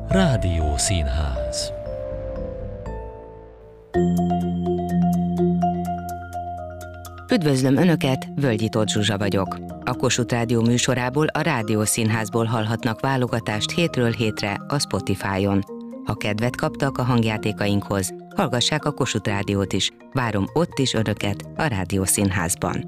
Rádiószínház. Üdvözlöm Önöket, Völgyi Tóth Zsuzsa vagyok. A Kossuth Rádió műsorából, a Rádiószínházból hallhatnak válogatást hétről hétre a Spotify-on. Ha kedvet kaptak a hangjátékainkhoz, hallgassák a Kossuth Rádiót is. Várom ott is Önöket a Rádiószínházban.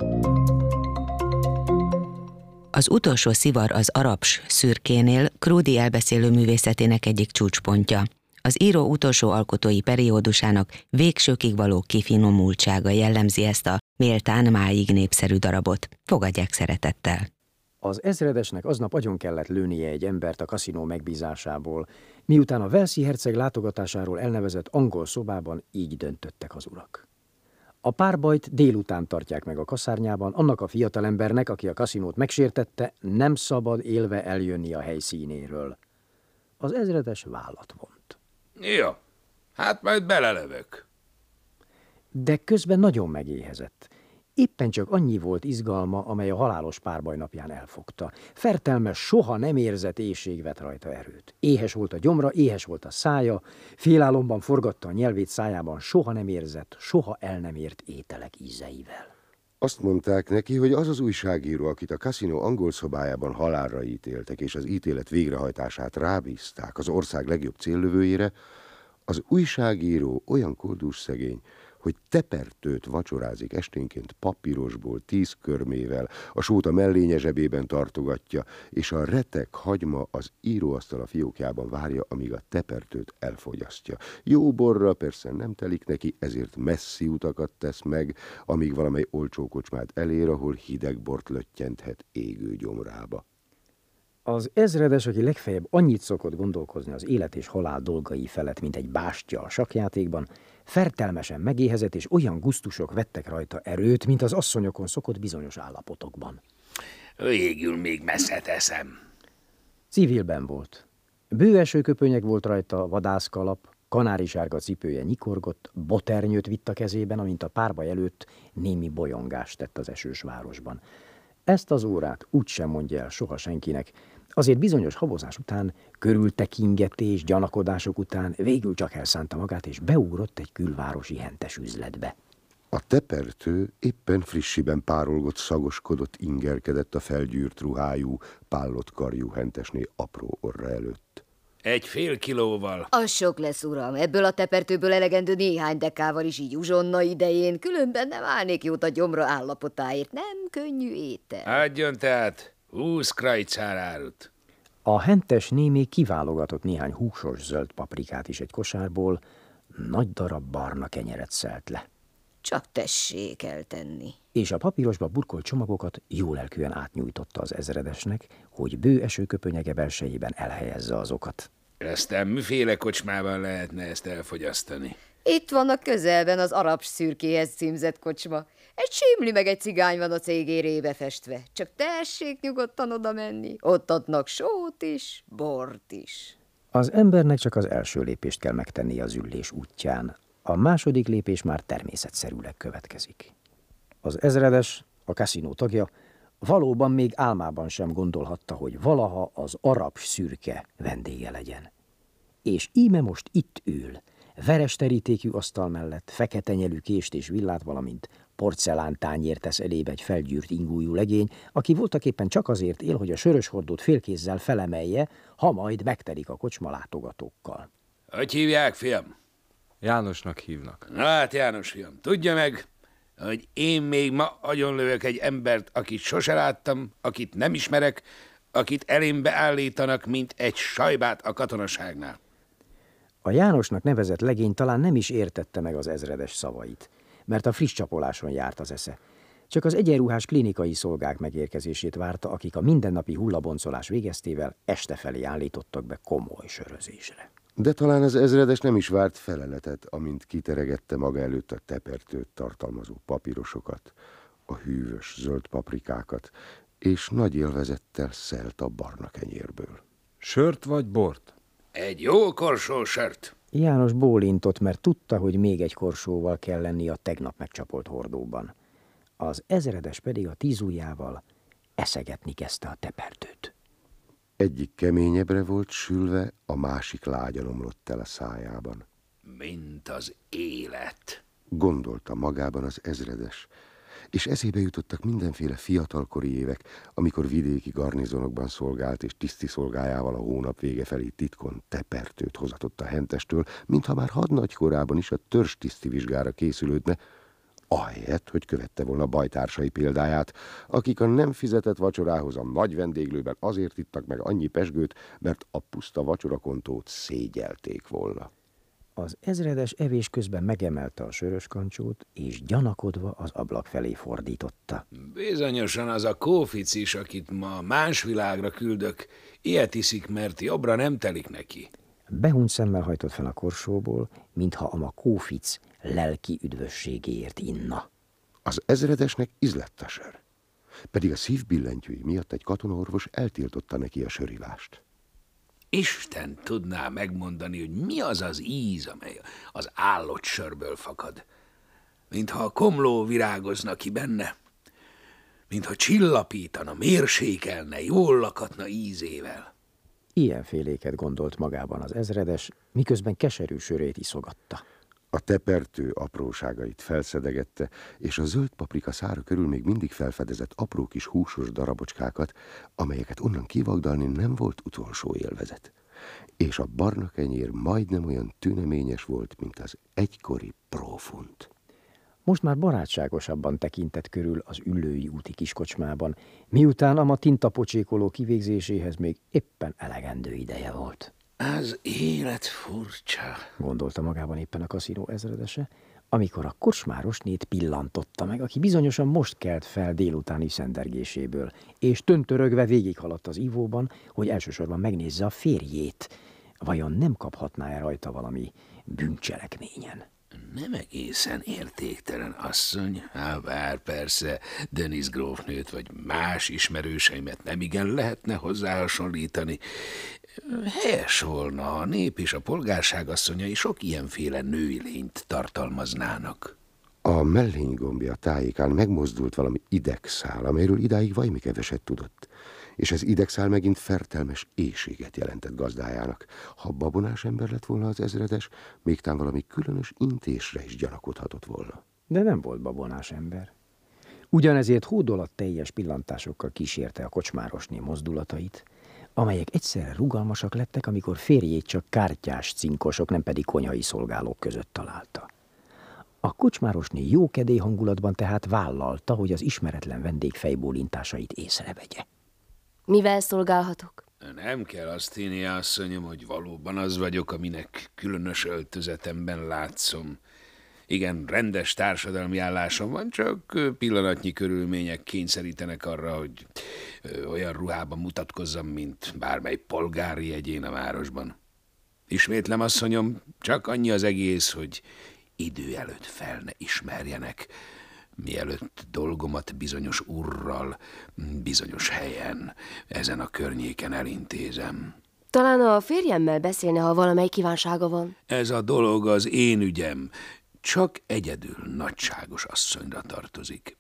Az utolsó szivar az Arabs szürkénél Krúdy elbeszélő művészetének egyik csúcspontja. Az író utolsó alkotói periódusának végsőkig való kifinomultsága jellemzi ezt a méltán máig népszerű darabot. Fogadják szeretettel! Az ezredesnek aznap agyon kellett lőnie egy embert a kaszinó megbízásából, miután a Walesi herceg látogatásáról elnevezett angol szobában így döntöttek az urak. A párbajt délután tartják meg a kaszárnyában, annak a fiatalembernek, aki a kaszinót megsértette, nem szabad élve eljönni a helyszínéről. Az ezredes vállat vont. Jó, hát majd belelövök. De közben nagyon megéhezett. Éppen csak annyi volt izgalma, amely a halálos párbaj napján elfogta. Fertelmes, soha nem érzett éhség vett rajta erőt. Éhes volt a gyomra, éhes volt a szája, félálomban forgatta a nyelvét szájában soha nem érzett, soha el nem ért ételek ízeivel. Azt mondták neki, hogy az az újságíró, akit a kaszinó angol szobájában halálra ítéltek, és az ítélet végrehajtását rábízták az ország legjobb céllövőjére, az újságíró olyan koldus szegény, hogy tepertőt vacsorázik esténként papírosból 10 körmével, a sót a mellénye zsebében tartogatja, és a retek hagyma az íróasztal a fiókjában várja, amíg a tepertőt elfogyasztja. Jó borra persze nem telik neki, ezért messzi utakat tesz meg, amíg valamely olcsó kocsmát elér, ahol hideg bort löttyenthet égő gyomrába. Az ezredes, aki legfeljebb annyit szokott gondolkozni az élet és halál dolgai felett, mint egy bástya a sakkjátékban, fertelmesen megéhezett, és olyan gusztusok vettek rajta erőt, mint az asszonyokon szokott bizonyos állapotokban. Végül még messze teszem. Civilben volt. Bő esőköpönyeg volt rajta, vadászkalap, kanárisárga cipője nyikorgott, boternyőt vitt a kezében, amint a párbaj előtt némi bolyongást tett az esős városban. Ezt az órát úgysem mondja el soha senkinek, azért bizonyos habozás után, körültekingetés, gyanakodások után végül csak elszánta magát, és beugrott egy külvárosi hentes üzletbe. A tepertő éppen frissiben párolgott, szagoskodott, ingerkedett a felgyűrt ruhájú, pállott karjú hentesné apró orra előtt. 1,5 kilóval. Az sok lesz, uram. Ebből a tepertőből elegendő néhány dekával is így uzsonna idején, különben nem állnék jót a gyomra állapotáért. Nem könnyű étel. Adjon tehát 20 krajcár árut. A hentes némé kiválogatott néhány húsos zöld paprikát is egy kosárból, nagy darab barna kenyeret szelt le. Csak tessék eltenni. És a papírosba burkolt csomagokat jólelkűen átnyújtotta az ezredesnek, hogy bő esőköpönyege belsejében elhelyezze azokat. Aztán miféle kocsmában lehetne ezt elfogyasztani? Itt van a közelben az Arabs szürkéhez címzett kocsma. Egy simli meg egy cigány van a cégérébe festve. Csak tessék nyugodtan oda menni. Ott adnak sót is, bort is. Az embernek csak az első lépést kell megtennie az üllés útján. A második lépés már természetszerűleg következik. Az ezredes, a kaszinó tagja, valóban még álmában sem gondolhatta, hogy valaha az Arabs szürke vendége legyen. És íme most itt ül, veres terítékű asztal mellett, fekete nyelű kést és villát, valamint porcelántányért tesz elébe egy felgyűrt ingújú legény, aki voltaképpen csak azért él, hogy a sörös hordót félkézzel felemelje, ha majd megtelik a kocsma látogatókkal. Hogy hívják, fiam? Jánosnak hívnak. Na hát, János fiam, tudja meg, hogy én még ma agyonlövök egy embert, akit sose láttam, akit nem ismerek, akit elémbe állítanak, mint egy sajbát a katonaságnál. A Jánosnak nevezett legény talán nem is értette meg az ezredes szavait, mert a friss csapoláson járt az esze. Csak az egyenruhás klinikai szolgák megérkezését várta, akik a mindennapi hullaboncolás végeztével este felé állítottak be komoly sörözésre. De talán az ezredes nem is várt feleletet, amint kiteregette maga előtt a tepertőt tartalmazó papírosokat, a hűvös zöld paprikákat, és nagy élvezettel szelt a barna kenyérből. Sört vagy bort? Egy jó korsó sört. János bólintott, mert tudta, hogy még egy korsóval kell lenni a tegnap megcsapolt hordóban. Az ezredes pedig a 10 ujjával eszegetni kezdte a tepertőt. Egyik keményebbre volt sülve, a másik lágyan omlott el a szájában. Mint az élet, Gondolta magában az ezredes, és eszébe jutottak mindenféle fiatalkori évek, amikor vidéki garnizonokban szolgált, és tiszti szolgájával a hónap vége felé titkon tepertőt hozatott a hentestől, mintha már hadnagy korában is a törstiszti vizsgára készülődne, ahelyett, hogy követte volna bajtársai példáját, akik a nem fizetett vacsorához a nagy vendéglőben azért ittak meg annyi pezsgőt, mert a puszta vacsorakontót szégyelték volna. Az ezredes evés közben megemelte a sörös kancsót, és gyanakodva az ablak felé fordította. bizonyosan az a Kófic is, akit ma más világra küldök, ilyet iszik, mert jobbra nem telik neki. Behunyt szemmel hajtott fel a korsóból, mintha a Kófic lelki üdvösségéért inna. Az ezredesnek ízlett a sör, pedig a szívbillentyűi miatt egy katonaorvos eltiltotta neki a sörivást. Isten tudná megmondani, hogy mi az az íz, amely az állott sörből fakad. Mintha a komló virágozna ki benne, mintha csillapítana, mérsékelne, jól lakatna ízével. Ilyenféléket gondolt magában az ezredes, miközben keserű sörét iszogatta. A tepertő apróságait felszedegette, és a zöld paprika szára körül még mindig felfedezett apró kis húsos darabocskákat, amelyeket onnan kivagdalni nem volt utolsó élvezet. És a barna kenyér majdnem olyan tüneményes volt, mint az egykori prófunt. Most már barátságosabban tekintett körül az Üllői úti kiskocsmában, miután a ma tintapocsékoló kivégzéséhez még éppen elegendő ideje volt. Az élet furcsa, Gondolta magában éppen a kaszinó ezredese, amikor a kocsmárosnét pillantotta meg, aki bizonyosan most kelt fel délutáni szendergéséből, és töntörögve végighaladt az ivóban, hogy elsősorban megnézze a férjét. Vajon nem kaphatná-e rajta valami bűncselekményen? nem egészen értéktelen asszony, bár persze Denis grófnőt vagy más ismerőseimet nemigen lehetne hozzá hasonlítani. Helyes volna, a nép és a polgárság asszonyai sok ilyenféle női lényt tartalmaznának. A mellénygombja tájékán megmozdult valami idegszál, amelyről idáig vajmi keveset tudott, és az idegszál megint fertelmes éhséget jelentett gazdájának. Ha babonás ember lett volna az ezredes, még tán valami különös intésre is gyanakodhatott volna. De nem volt babonás ember. Ugyanezért hódolat teljes pillantásokkal kísérte a kocsmárosné mozdulatait, amelyek egyszerre rugalmasak lettek, amikor férjét csak kártyás cinkosok, nem pedig konyhai szolgálók között találta. A kocsmárosné jókedély hangulatban tehát vállalta, hogy az ismeretlen vendég fejbólintásait észrevegye. Mivel szolgálhatok? Nem kell azt hinni, asszonyom, hogy valóban az vagyok, aminek különös öltözetemben látszom. Igen, rendes társadalmi állásom van, csak pillanatnyi körülmények kényszerítenek arra, hogy olyan ruhában mutatkozzam, mint bármely polgári egyén a városban. Ismétlem, asszonyom, csak annyi az egész, hogy idő előtt fel ne ismerjenek, mielőtt dolgomat bizonyos urral, bizonyos helyen, ezen a környéken elintézem. Talán a férjemmel beszélne, ha valamely kívánsága van. Ez a dolog az én ügyem, csak egyedül nagyságos asszonyra tartozik.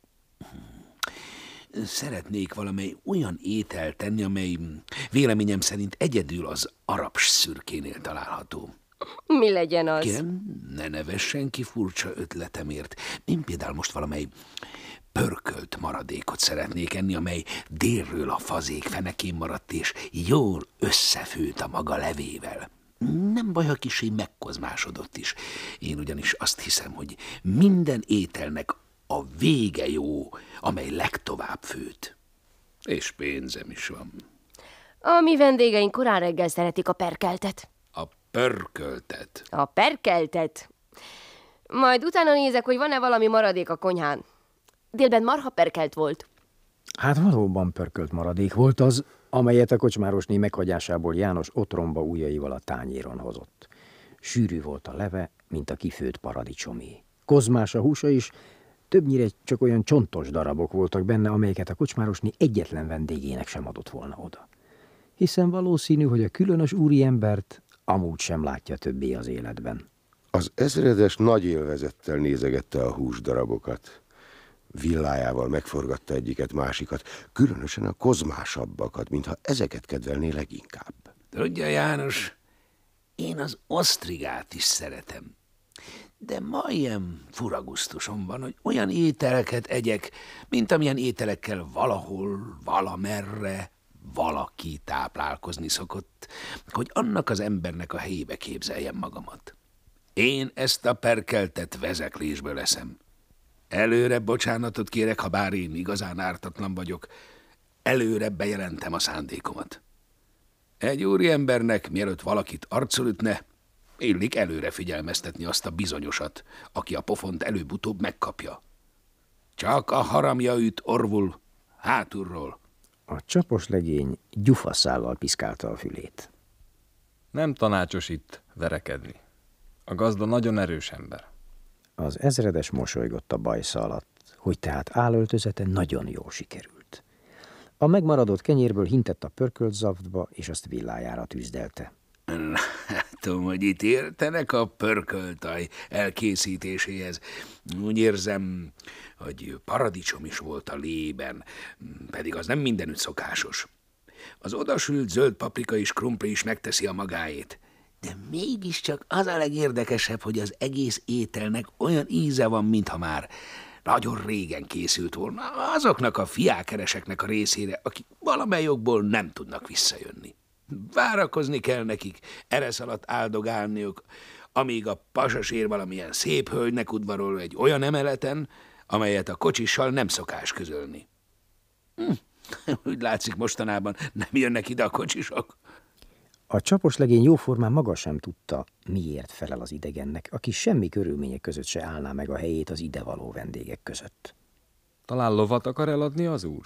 Szeretnék valamely olyan ételt tenni, amely véleményem szerint egyedül az arabs szürkénél található. Mi legyen az? Kérem, ne nevessen ki furcsa ötletemért. Én például most valamely pörkölt maradékot szeretnék enni, amely délről a fazék fenekén maradt, és jól összefőtt a maga levével. Nem baj, ha kissé megkozmásodott is. Én ugyanis azt hiszem, hogy minden ételnek a vége jó, amely legtovább főt. És pénzem is van. A mi vendégeink korán reggel szeretik a perkeltet. A pörköltet. A perkeltet? Majd utána nézek, hogy van-e valami maradék a konyhán. Délben marha perkelt volt. Hát valóban pörkölt maradék volt az, amelyet a kocsmárosné meghagyásából János otromba ujjaival a tányéron hozott. Sűrű volt a leve, mint a kifőtt paradicsomé. Kozmás a húsa is, többnyire csak olyan csontos darabok voltak benne, amelyeket a kocsmárosné egyetlen vendégének sem adott volna oda. Hiszen valószínű, hogy a különös úriembert amúgy sem látja többé az életben. Az ezredes nagy élvezettel nézegette a húsdarabokat. Villájával megforgatta egyiket, másikat, különösen a kozmásabbakat, mintha ezeket kedvelné leginkább. Tudja, János, én az osztrigát is szeretem. De ma ilyen furagusztusom van, hogy olyan ételeket egyek, mint amilyen ételekkel valahol, valamerre valaki táplálkozni szokott, hogy annak az embernek a helyébe képzeljem magamat. Én ezt a perkeltet vezeklésből eszem. Előre bocsánatot kérek, ha bár én igazán ártatlan vagyok. Előre bejelentem a szándékomat. Egy úriembernek, mielőtt valakit arcul ütne, illik előre figyelmeztetni azt a bizonyosat, aki a pofont előbb-utóbb megkapja. Csak a haramja üt orvul, hátulról. A csapos legény gyufaszállal piszkálta a fülét. Nem tanácsos itt verekedni. A gazda nagyon erős ember. Az ezredes mosolygott a bajsza alatt, hogy tehát állöltözete nagyon jól sikerült. A megmaradott kenyérből hintett a pörkölt zavtba, és azt villájára tűzdelte. Látom, hogy itt értenek a pörköltaj elkészítéséhez. Úgy érzem, hogy paradicsom is volt a lében, pedig az nem mindenütt szokásos. Az odasült zöld paprika és krumpli is megteszi a magáét. De mégiscsak az a legérdekesebb, hogy az egész ételnek olyan íze van, mintha már nagyon régen készült volna, azoknak a fiákereseknek a részére, akik valamely okból nem tudnak visszajönni. Várakozni kell nekik, eresz alatt áldogálniuk, amíg a pasas ér valamilyen szép hölgynek udvarol egy olyan emeleten, amelyet a kocsissal nem szokás közölni. Úgy látszik, mostanában nem jönnek ide a kocsisok. A csapos legény jóformán maga sem tudta, miért felel az idegennek, aki semmi körülmények között se állná meg a helyét az idevaló vendégek között. Talán lovat akar eladni az úr?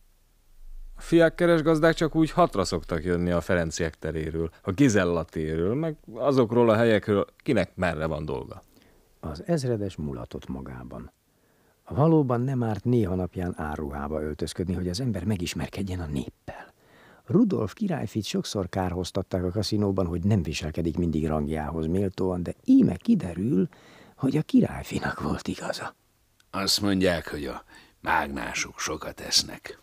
A fiákkeres gazdák csak úgy hatra szoktak jönni a Ferenciek teréről, a Gizella térről, meg azokról a helyekről, kinek merre van dolga. Az ezredes mulatott magában. Valóban nem árt néha napján árruhába öltözködni, hogy az ember megismerkedjen a néppel. Rudolf királyfit sokszor kárhoztatták a kaszinóban, hogy nem viselkedik mindig rangjához méltóan, de íme kiderül, hogy a királyfinak volt igaza. Azt mondják, hogy a mágnások sokat esznek.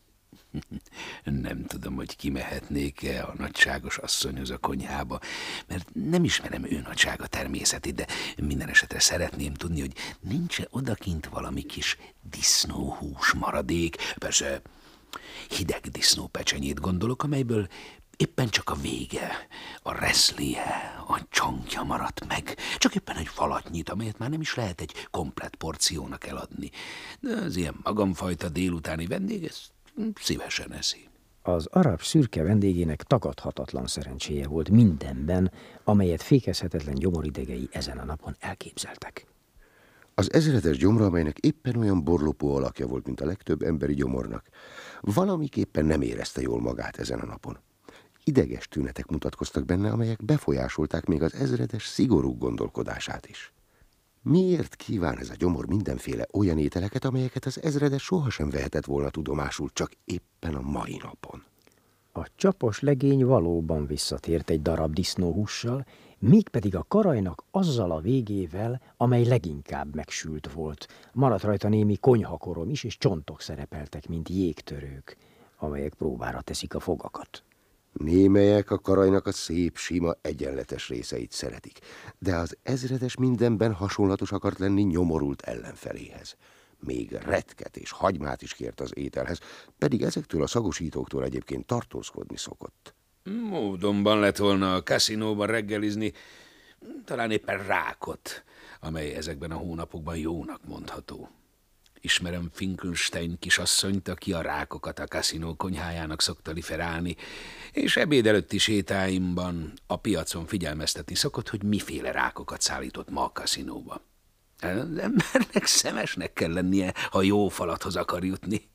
Nem tudom, hogy kimehetnék-e a nagyságos asszonyhoz a konyhába, mert nem ismerem ő nagysága természetét, de minden esetre szeretném tudni, hogy nincs-e odakint valami kis disznóhús maradék, persze hideg disznópecsenyét gondolok, amelyből éppen csak a vége, a reszlie, a csonkja maradt meg, csak éppen egy falatnyit, amelyet már nem is lehet egy komplett porciónak eladni. De az ilyen magamfajta délutáni vendég ezt szívesen eszi. Az arab szürke vendégének tagadhatatlan szerencséje volt mindenben, amelyet fékezhetetlen gyomoridegei ezen a napon elképzeltek. Az ezredes gyomra, amelynek éppen olyan borlopó alakja volt, mint a legtöbb emberi gyomornak, valamiképpen nem érezte jól magát ezen a napon. Ideges tünetek mutatkoztak benne, amelyek befolyásolták még az ezredes szigorú gondolkodását is. Miért kíván ez a gyomor mindenféle olyan ételeket, amelyeket az ezredes sohasem vehetett volna tudomásul, csak éppen a mai napon? A csapos legény valóban visszatért egy darab disznóhússal, mégpedig a karajnak azzal a végével, amely leginkább megsült volt. Maradt rajta némi konyhakorom is, és csontok szerepeltek, mint jégtörők, amelyek próbára teszik a fogakat. Némelyek a karajnak a szép, sima, egyenletes részeit szeretik, de az ezredes mindenben hasonlatos akart lenni nyomorult ellenfeléhez. Még retket és hagymát is kért az ételhez, pedig ezektől a szagosítóktól egyébként tartózkodni szokott. Módonban lett volna a kaszinóban reggelizni, talán éppen rákot, amely ezekben a hónapokban jónak mondható. Ismerem Finkelstein kisasszonyt, aki a rákokat a kaszinó konyhájának szokta liferálni, és ebéd előtti sétáimban a piacon figyelmeztetni szokott, hogy miféle rákokat szállított ma a kaszinóba. Az embernek szemesnek kell lennie, ha jó falathoz akar jutni.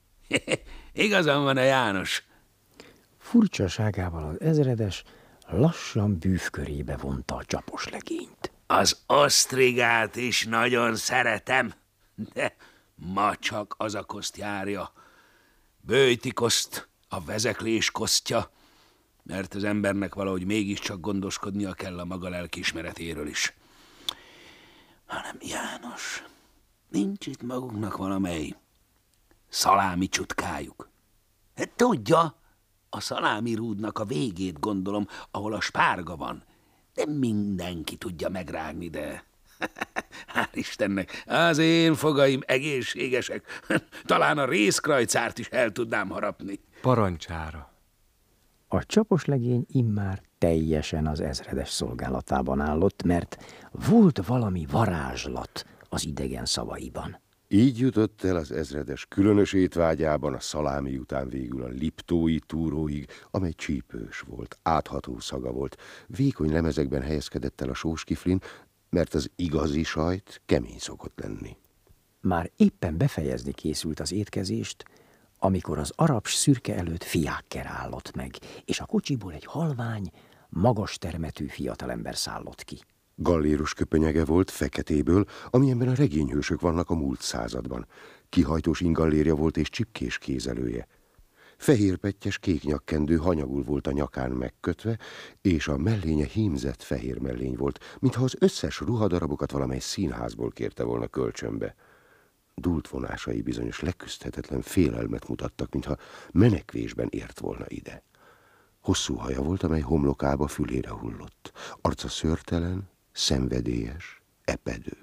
Igazán van a János. Furcsaságával az ezredes lassan bűvkörébe vonta a csapos legényt. Az osztrigát is nagyon szeretem, de ma csak az a koszt járja. Böjti koszt, a vezeklés kosztja, mert az embernek valahogy mégiscsak gondoskodnia kell a maga lelkiismeretéről is. Hanem János, Nincs itt maguknak valamely szalámi csutkájuk? Hát tudja, a szalámi rúdnak a végét gondolom, ahol a spárga van. De mindenki tudja megrágni, de... Hál' Istennek, az én fogaim egészségesek. Talán a rézkrajcárt is el tudnám harapni. Parancsára. A csapos legény immár teljesen az ezredes szolgálatában állott, mert volt valami varázslat az idegen szavaiban. Így jutott el az ezredes különös étvágyában a szalámi után végül a liptói túróig, amely csípős volt, átható szaga volt. Vékony lemezekben helyezkedett el a sóskiflin, mert az igazi sajt kemény szokott lenni. Már éppen befejezni készült az étkezést, amikor az arabs szürke előtt fiákker állott meg, és a kocsiból egy halvány, magas termetű fiatalember szállott ki. Galléros köpenyege volt, feketéből, amilyenben a regényhősök vannak a múlt században. Kihajtós ingallérja volt és csipkés kézelője. Fehérpettyes kék nyakkendő hanyagul volt a nyakán megkötve, és a mellénye hímzett fehér mellény volt, mintha az összes ruhadarabokat valamely színházból kérte volna kölcsönbe. Dúlt vonásai bizonyos leküzdhetetlen félelmet mutattak, mintha menekvésben ért volna ide. Hosszú haja volt, amely homlokába fülére hullott. Arca szőrtelen, szenvedélyes, epedő.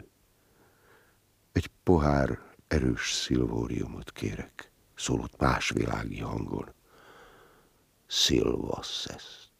Egy pohár erős szilvóriumot kérek, szólott más világi hangon. Szilvasszeszt.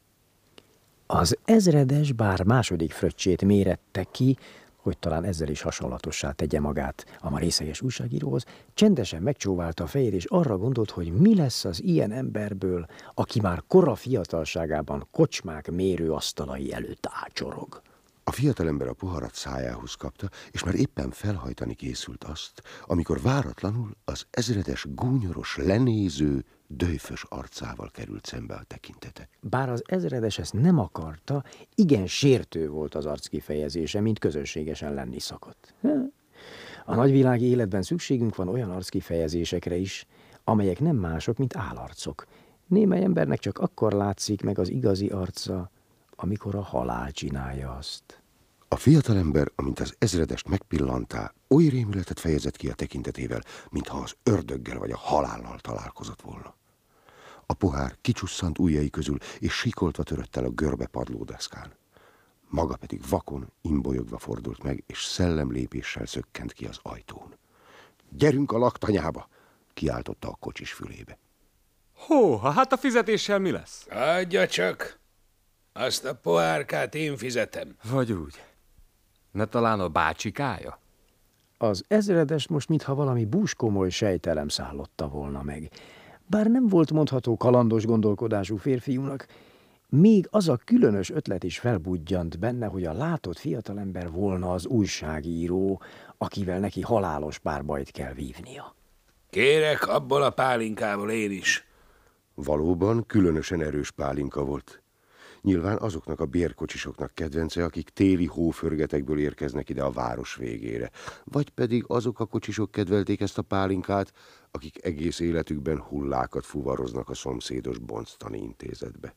Az ezredes bár második fröccsét mérette ki, hogy talán ezzel is hasonlatossá tegye magát a ma részeges újságíróhoz, csendesen megcsóválta a fejét, és arra gondolt, hogy mi lesz az ilyen emberből, aki már kora fiatalságában kocsmák mérőasztalai előtt ácsorog. A fiatalember a poharat szájához kapta, és már éppen felhajtani készült azt, amikor váratlanul az ezredes gúnyoros, lenéző, döjfös arcával került szembe a tekintete. Bár az ezredes ezt nem akarta, igen sértő volt az arc kifejezése, mint közönségesen lenni szokott. A nagyvilági életben szükségünk van olyan arckifejezésekre is, amelyek nem mások, mint álarcok. Némely embernek csak akkor látszik meg az igazi arca, amikor a halál csinálja azt. A fiatalember, amint az ezredest megpillantá, oly rémületet fejezett ki a tekintetével, mintha az ördöggel vagy a halállal találkozott volna. A pohár kicsusszant ujjai közül, és sikoltva törött el a görbe padlódeszkán. Maga pedig vakon, imbolyogva fordult meg, és szellemlépéssel szökkent ki az ajtón. Gyerünk a laktanyába! Kiáltotta a kocsis fülébe. Hó, hát a fizetéssel mi lesz? Adja csak! Azt a pohárkát én fizetem. Vagy úgy. Ne talán a bácsikája? Az ezredes most mintha valami búskomoly sejtelem szállotta volna meg. Bár nem volt mondható kalandos gondolkodású férfiúnak, még az a különös ötlet is felbudjant benne, hogy a látott fiatalember volna az újságíró, akivel neki halálos párbajt kell vívnia. Kérek abból a pálinkából én is. Valóban különösen erős pálinka volt. Nyilván azoknak a bérkocsisoknak kedvence, akik téli hóförgetekből érkeznek ide a város végére. Vagy pedig azok a kocsisok kedvelték ezt a pálinkát, akik egész életükben hullákat fuvaroznak a szomszédos bonctani intézetbe.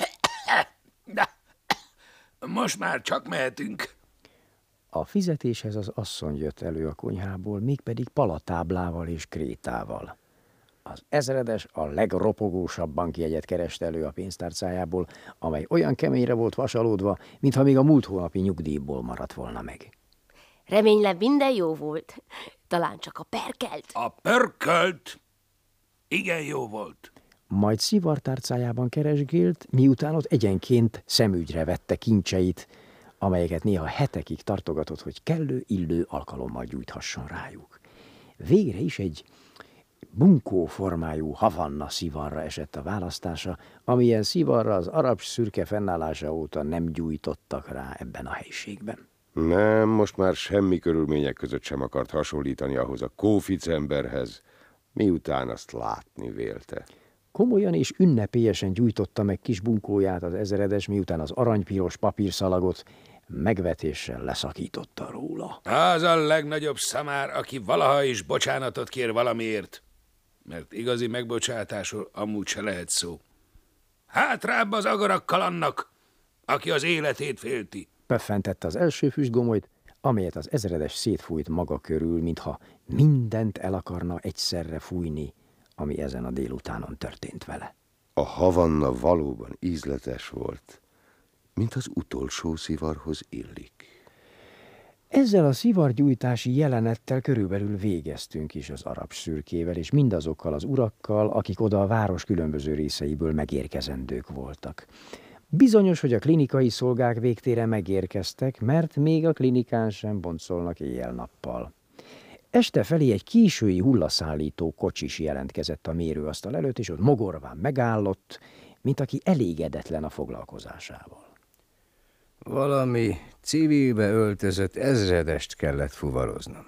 De most már csak mehetünk. A fizetéshez az asszony jött elő a konyhából, mégpedig palatáblával és krétával. Az ezredes a legropogósabb bankjegyet kereste elő a pénztárcájából, amely olyan keményre volt vasalódva, mintha még a múlt hónapi nyugdíjból maradt volna meg. Reménylem minden jó volt. Talán csak a perkelt. A pörkölt igen jó volt. Majd szivartárcájában keresgélt, miután ott egyenként szemügyre vette kincseit, amelyeket néha hetekig tartogatott, hogy kellő illő alkalommal gyújthasson rájuk. Végre is egy bunkó formájú havanna szivarra esett a választása, amilyen szivarra az arab szürke fennállása óta nem gyújtottak rá ebben a helyiségben. Nem, most már semmi körülmények között sem akart hasonlítani ahhoz a kófic emberhez, miután azt látni vélte. Komolyan és ünnepélyesen gyújtotta meg kis bunkóját az ezredes, miután az aranypiros papírszalagot megvetéssel leszakította róla. Az a legnagyobb szamár, aki valaha is bocsánatot kér valamiért, mert igazi megbocsátásról amúgy se lehet szó. Hátrább az agarakkal annak, aki az életét félti. Befentette az első füstgomolyt, amelyet az ezredes szétfújt maga körül, mintha mindent el akarna egyszerre fújni, ami ezen a délutánon történt vele. A havanna valóban ízletes volt, mint az utolsó szivarhoz illik. Ezzel a szivargyújtási jelenettel körülbelül végeztünk is az arab szürkével, és mindazokkal az urakkal, akik oda a város különböző részeiből megérkezendők voltak. Bizonyos, hogy a klinikai szolgák végtére megérkeztek, mert még a klinikán sem boncolnak éjjel-nappal. Este felé egy késői hullaszállító kocsis jelentkezett a mérőasztal előtt, és ott mogorván megállott, mint aki elégedetlen a foglalkozásával. Valami civilbe öltözött ezredest kellett fuvaroznom.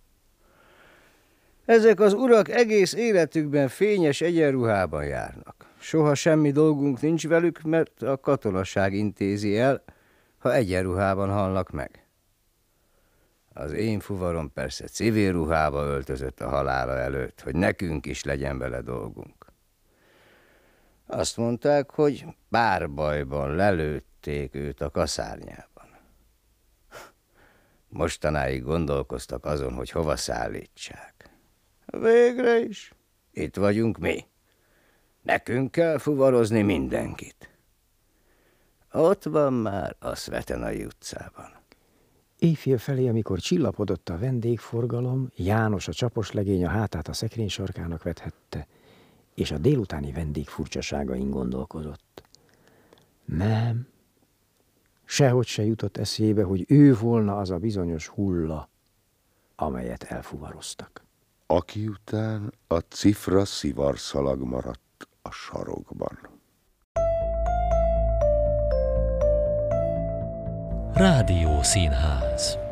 Ezek az urak egész életükben fényes egyenruhában járnak. Soha semmi dolgunk nincs velük, mert a katonaság intézi el, ha egyenruhában halnak meg. Az én fuvarom persze civil ruhába öltözött a halála előtt, hogy nekünk is legyen vele dolgunk. Azt mondták, hogy párbajban lelőtték őt a kaszárnyában. Mostanáig gondolkoztak azon, hogy hova szállítsák. Végre is. Itt vagyunk mi. Nekünk kell fuvarozni mindenkit. Ott van már a Szvetenai utcában. Éjfél felé, amikor csillapodott a vendégforgalom, János a csapos legény a hátát a szekrény sarkának vethette, és a délutáni vendég furcsaságain gondolkodott. Nem, sehogy se jutott eszébe, hogy ő volna az a bizonyos hulla, amelyet elfuvaroztak. Aki után a cifra szivarszalag maradt a sarokban. Rádiószínház.